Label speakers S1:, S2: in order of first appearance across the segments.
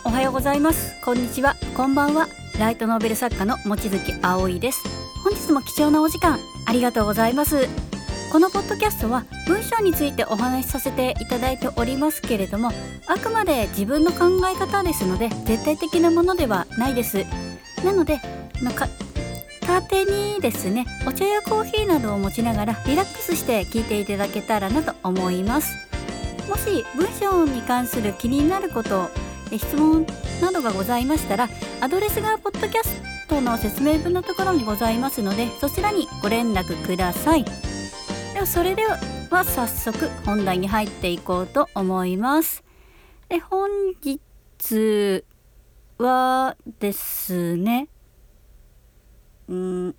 S1: おはようございます。こんにちは、こんばんは。ライトノーベル作家の望月葵です。本日も貴重なお時間ありがとうございます。このポッドキャストは文章についてお話しさせていただいておりますけれども、あくまで自分の考え方ですので絶対的なものではないです。なので片手にですね、お茶やコーヒーなどを持ちながらリラックスして聞いていただけたらなと思います。もし文章に関する気になること質問などがございましたら、アドレスがポッドキャストの説明文のところにございますので、そちらにご連絡ください。ではそれでは早速本題に入っていこうと思います。で、本日はですね、文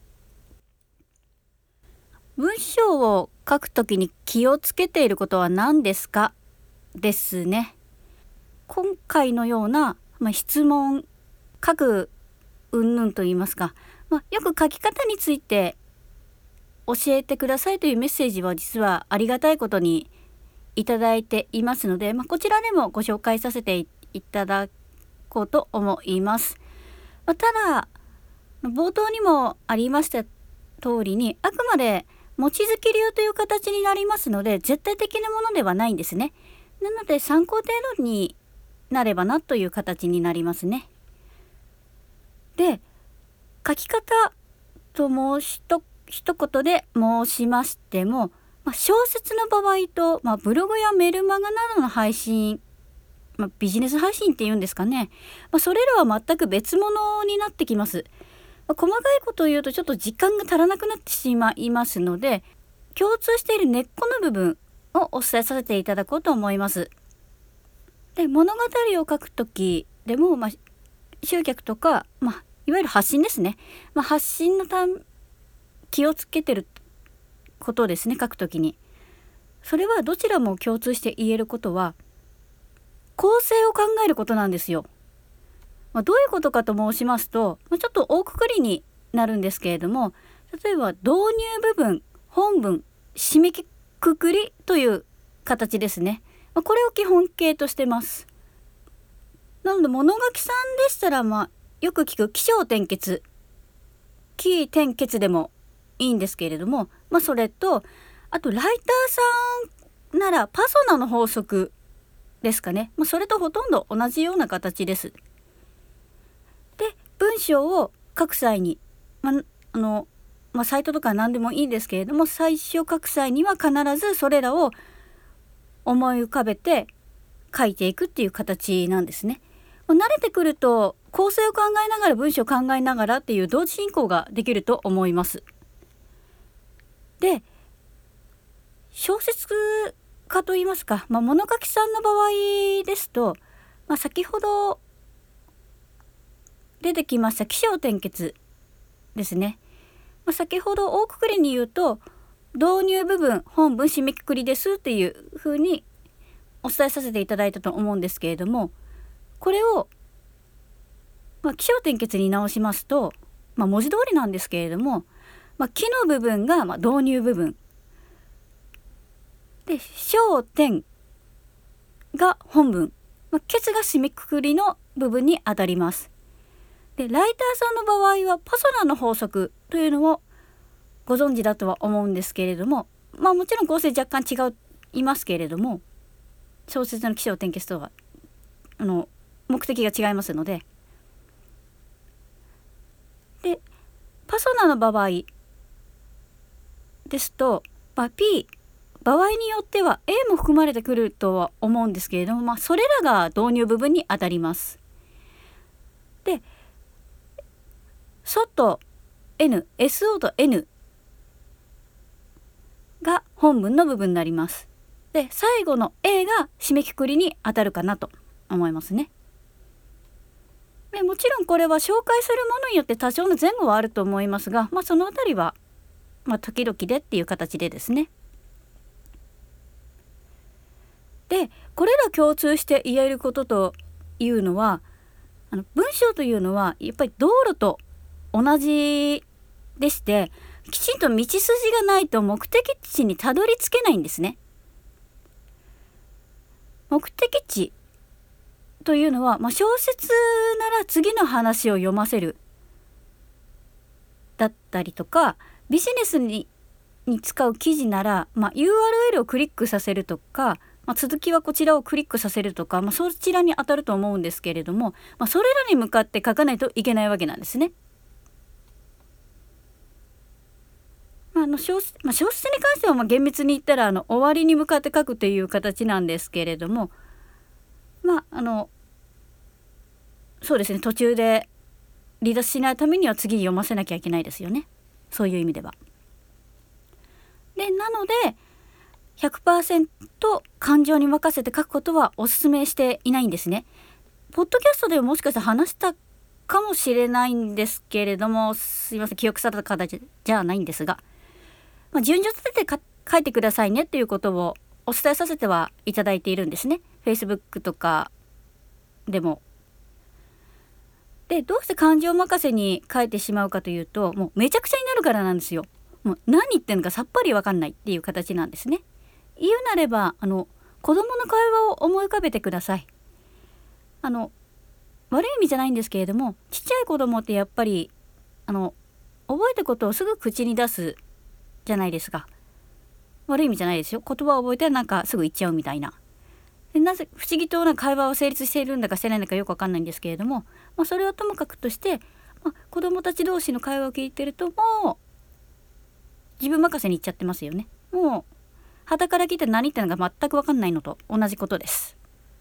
S1: 章を書くときに気をつけていることは何ですかですね。今回のような、質問書く云々といいますか、よく書き方について教えてくださいというメッセージは実はありがたいことにいただいていますので、こちらでもご紹介させていただこうと思います。ただ冒頭にもありました通りに、あくまで望月流という形になりますので絶対的なものではないんですね。なので参考程度になればなという形になりますね。で、書き方と一言で申しましても、小説の場合と、ブログやメルマガなどの配信、ビジネス配信っていうんですかね、それらは全く別物になってきます。細かいことを言うとちょっと時間が足らなくなってしまいますので、共通している根っこの部分をお伝えさせていただこうと思います。で、物語を書くときでも、集客とか、いわゆる発信ですね。発信の気をつけてることですね、書くときに。それはどちらも共通して言えることは、構成を考えることなんですよ。どういうことかと申しますと、ちょっと大くくりになるんですけれども、例えば導入部分、本文、締めくくりという形ですね。これを基本形としてます。なので物書きさんでしたら、よく聞く起承転結、起転結でもいいんですけれども、それとあとライターさんならパソナの法則ですかね。それとほとんど同じような形です。で、文章を書く際に、サイトとか何でもいいんですけれども、最初書く際には必ずそれらを思い浮かべて書いていくっていう形なんですね。慣れてくると構成を考えながら文章を考えながらっていう同時進行ができると思います。で、小説家といいますか、物書きさんの場合ですと、先ほど出てきました起承転結ですね。先ほど大くくりに言うと導入部分、本文、締めくくりですっていうふうにお伝えさせていただいたと思うんですけれども、これを、起承転結に直しますと、文字通りなんですけれども、起の部分が導入部分で、小点が本文、結が締めくくりの部分にあたります。で、ライターさんの場合はパソナの法則というのをご存知だとは思うんですけれども、もちろん構成若干いますけれども、小説の起承転結とは目的が違いますので、でパソナの場合ですと、P 場合によっては A も含まれてくるとは思うんですけれども、それらが導入部分にあたります。で、SO と SO と N が本文の部分になります。で、最後の A が締めくくりにあたるかなと思いますね。で、もちろんこれは紹介するものによって多少の前後はあると思いますが、そのあたりは時々でっていう形でですね。で、これら共通して言えることというのは、文章というのはやっぱり道路と同じでして、きちんと道筋がないと目的地にたどり着けないんですね。目的地っというのは、小説なら次の話を読ませるだったりとか、ビジネスに使う記事なら、URL をクリックさせるとか、続きはこちらをクリックさせるとか、そちらに当たると思うんですけれども、それらに向かって書かないといけないわけなんですね。小説に関しては厳密に言ったら終わりに向かって書くという形なんですけれども、そうですね、途中で離脱しないためには次読ませなきゃいけないですよね。そういう意味では。でなので 100% 感情に任せて書くことはお勧めしていないんですね。ポッドキャストではもしかしたら話したかもしれないんですけれども、すいません、記憶された方じゃないんですが、順序立てて書いてくださいねっていうことをお伝えさせてはいただいているんですね。 Facebook とかでも。でどうして感情任せに書いてしまうかというと、もうめちゃくちゃになるからなんですよ。もう何言ってんのかさっぱり分かんないっていう形なんですね。言うなれば子供の会話を思い浮かべてください。悪い意味じゃないんですけれども、ちっちゃい子供ってやっぱり覚えたことをすぐ口に出すじゃないですか。悪い意味じゃないですよ。言葉を覚えたらなんかすぐ言っちゃうみたいな。でなぜ不思議とな会話は成立しているんだかしてないんだかよく分かんないんですけれども、それをともかくとして、子供たち同士の会話を聞いてるともう自分任せに言っちゃってますよね。もう傍から聞いて何言ってるのか全く分かんないのと同じことです。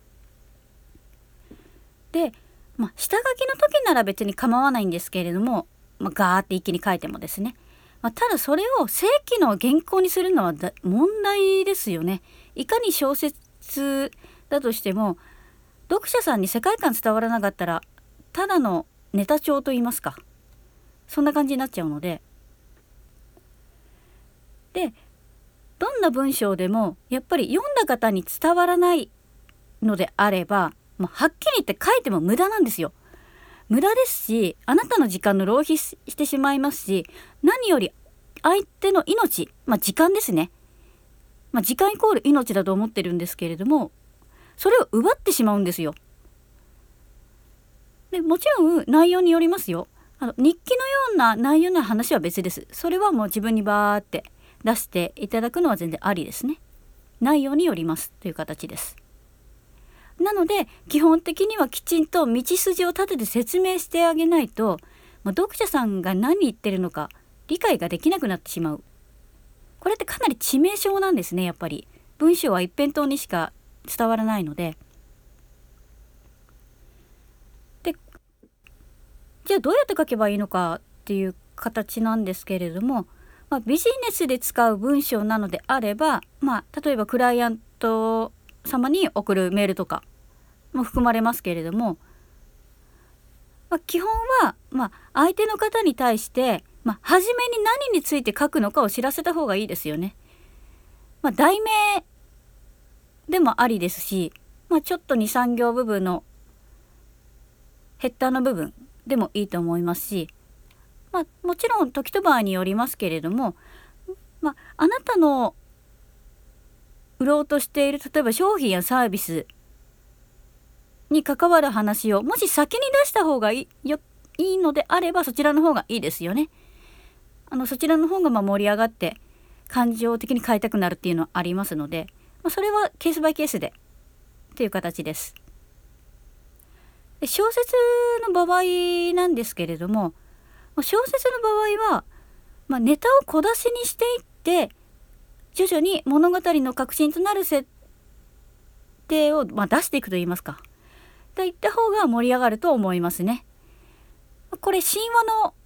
S1: で、下書きの時なら別に構わないんですけれども、ガーって一気に書いてもですね、ただそれを正規の原稿にするのは問題ですよね。いかに小説だとしても読者さんに世界観伝わらなかったらただのネタ帳と言いますか、そんな感じになっちゃうので、どんな文章でもやっぱり読んだ方に伝わらないのであれば、もうはっきり言って書いても無駄なんですよ。無駄ですし、あなたの時間の浪費してしまいますし、何より相手の命、時間ですね。時間イコール命だと思ってるんですけれども、それを奪ってしまうんですよ。でもちろん内容によりますよ。日記のような内容の話は別です。それはもう自分にバーって出していただくのは全然ありですね。内容によりますという形です。なので基本的にはきちんと道筋を立てて説明してあげないと、読者さんが何言ってるのか理解ができなくなってしまう。これってかなり致命傷なんですね。やっぱり文章は一辺倒にしか伝わらないので。じゃあどうやって書けばいいのかっていう形なんですけれども、ビジネスで使う文章なのであれば、例えばクライアント様に送るメールとかも含まれますけれども、基本は、相手の方に対して、初めに何について書くのかを知らせた方がいいですよね。題名でもありですし、ちょっと 2,3 行部分のヘッダーの部分でもいいと思いますし、もちろん時と場合によりますけれども、あなたの売ろうとしている例えば商品やサービスに関わる話をもし先に出した方がいいのであれば、そちらの方がいいですよね。そちらの方が盛り上がって感情的に変えたくなるっていうのはありますので、それはケースバイケースでという形です。で小説の場合なんですけれども、小説の場合は、ネタを小出しにしていって徐々に物語の核心となる設定を、出していくといいますか、といった方が盛り上がると思いますね。これ神話の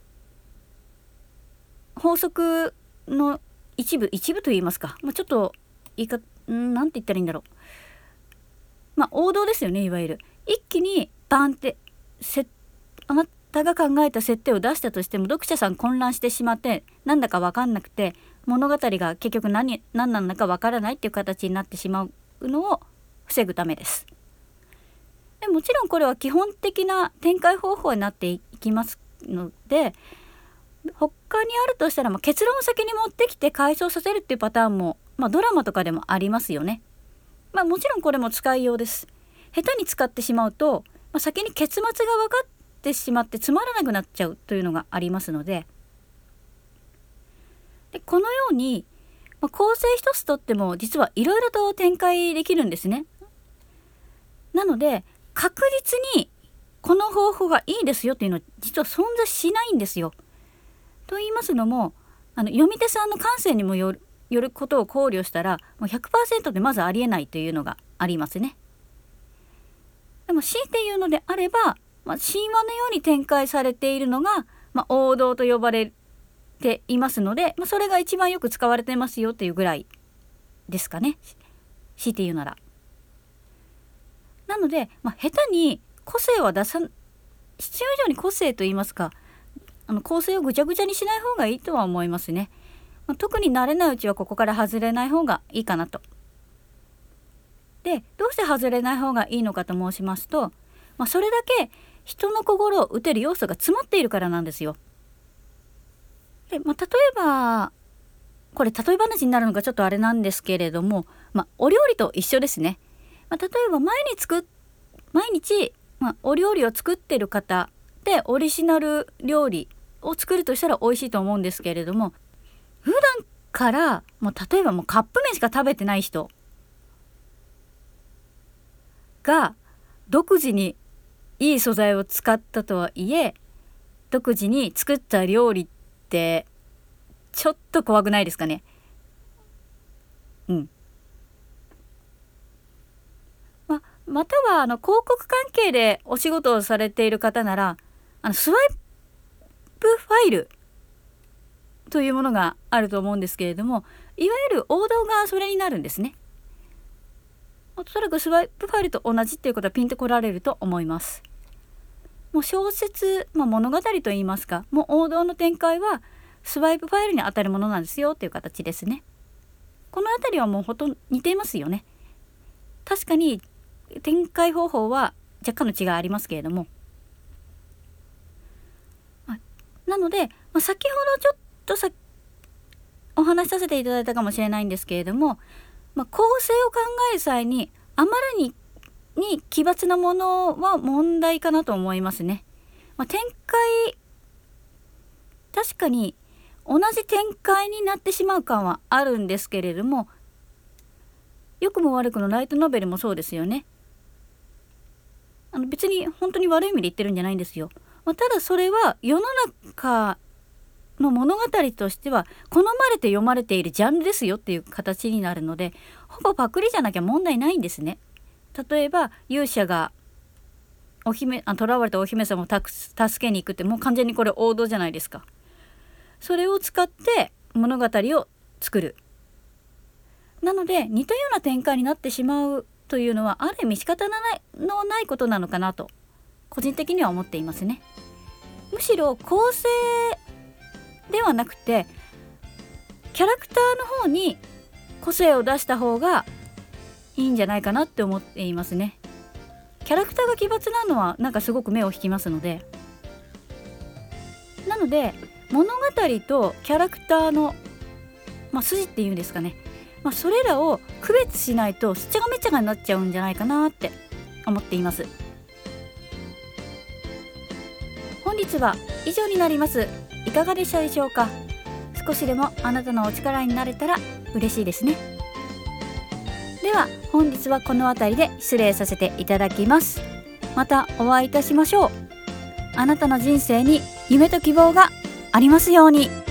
S1: 法則の一部といいますか、ちょっとなんて言ったらいいんだろう、王道ですよね。いわゆる一気にバンってあなたが考えた設定を出したとしても読者さん混乱してしまってなんだか分かんなくて物語が結局何なのか分からないっていう形になってしまうのを防ぐためです。でもちろんこれは基本的な展開方法になっていきますので、他にあるとしたら、結論を先に持ってきて回想させるっていうパターンも、ドラマとかでもありますよね。もちろんこれも使いようです。 下手に使ってしまうと、先に結末が分かってしまってつまらなくなっちゃうというのがありますので、このように、構成一つとっても実はいろいろと展開できるんですね。なので確実にこの方法がいいですよというのは実は存在しないんですよ。と言いますのも、読み手さんの感性にもよることを考慮したら、もう 100% でまずありえないというのがありますね。でも強いて言うのであれば、神話のように展開されているのが、王道と呼ばれていますので、それが一番よく使われてますよというぐらいですかね、強いて言うなら。なので、下手に個性は必要以上に個性といいますか、構成をぐちゃぐちゃにしない方がいいとは思いますね。特に慣れないうちはここから外れない方がいいかなと。で、どうして外れない方がいいのかと申しますと、それだけ人の心を打てる要素が詰まっているからなんですよ。で、例えばこれ例え話になるのがちょっとあれなんですけれども、お料理と一緒ですね。例えば毎日、お料理を作ってる方でオリジナル料理を作るとしたら美味しいと思うんですけれども、普段から例えばカップ麺しか食べてない人が独自にいい素材を使ったとはいえ、独自に作った料理ってちょっと怖くないですかね。または広告関係でお仕事をされている方なら、スワイプファイルというものがあると思うんですけれども、いわゆる王道がそれになるんですね。おそらくスワイプファイルと同じっていうことはピンとこられると思います。もう小説、物語といいますか、もう王道の展開はスワイプファイルに当たるものなんですよという形ですね。このあたりはもうほとんど似ていますよね。確かに展開方法は若干の違いありますけれども、なので、先ほどちょっとお話しさせていただいたかもしれないんですけれども、構成を考える際にあまりに奇抜なものは問題かなと思いますね。展開、確かに同じ展開になってしまう感はあるんですけれども、良くも悪くのライトノベルもそうですよね。別に本当に悪い意味で言ってるんじゃないんですよ。ただそれは世の中の物語としては好まれて読まれているジャンルですよっていう形になるので、ほぼパクリじゃなきゃ問題ないんですね。例えば勇者が囚われたお姫様を助けに行くって、もう完全にこれ王道じゃないですか。それを使って物語を作る。なので似たような展開になってしまうというのはある意味仕方のないことなのかなと個人的には思っていますね。むしろ構成ではなくてキャラクターの方に個性を出した方がいいんじゃないかなって思っていますね。キャラクターが奇抜なのはなんかすごく目を引きますので、なので物語とキャラクターの、筋っていうんですかね、それらを区別しないとしっちゃがめっちゃがになっちゃうんじゃないかなって思っています。本日は以上になります。いかがでしたでしょうか。少しでもあなたのお力になれたら嬉しいですね。では本日はこの辺りで失礼させていただきます。またお会いいたしましょう。あなたの人生に夢と希望がありますように。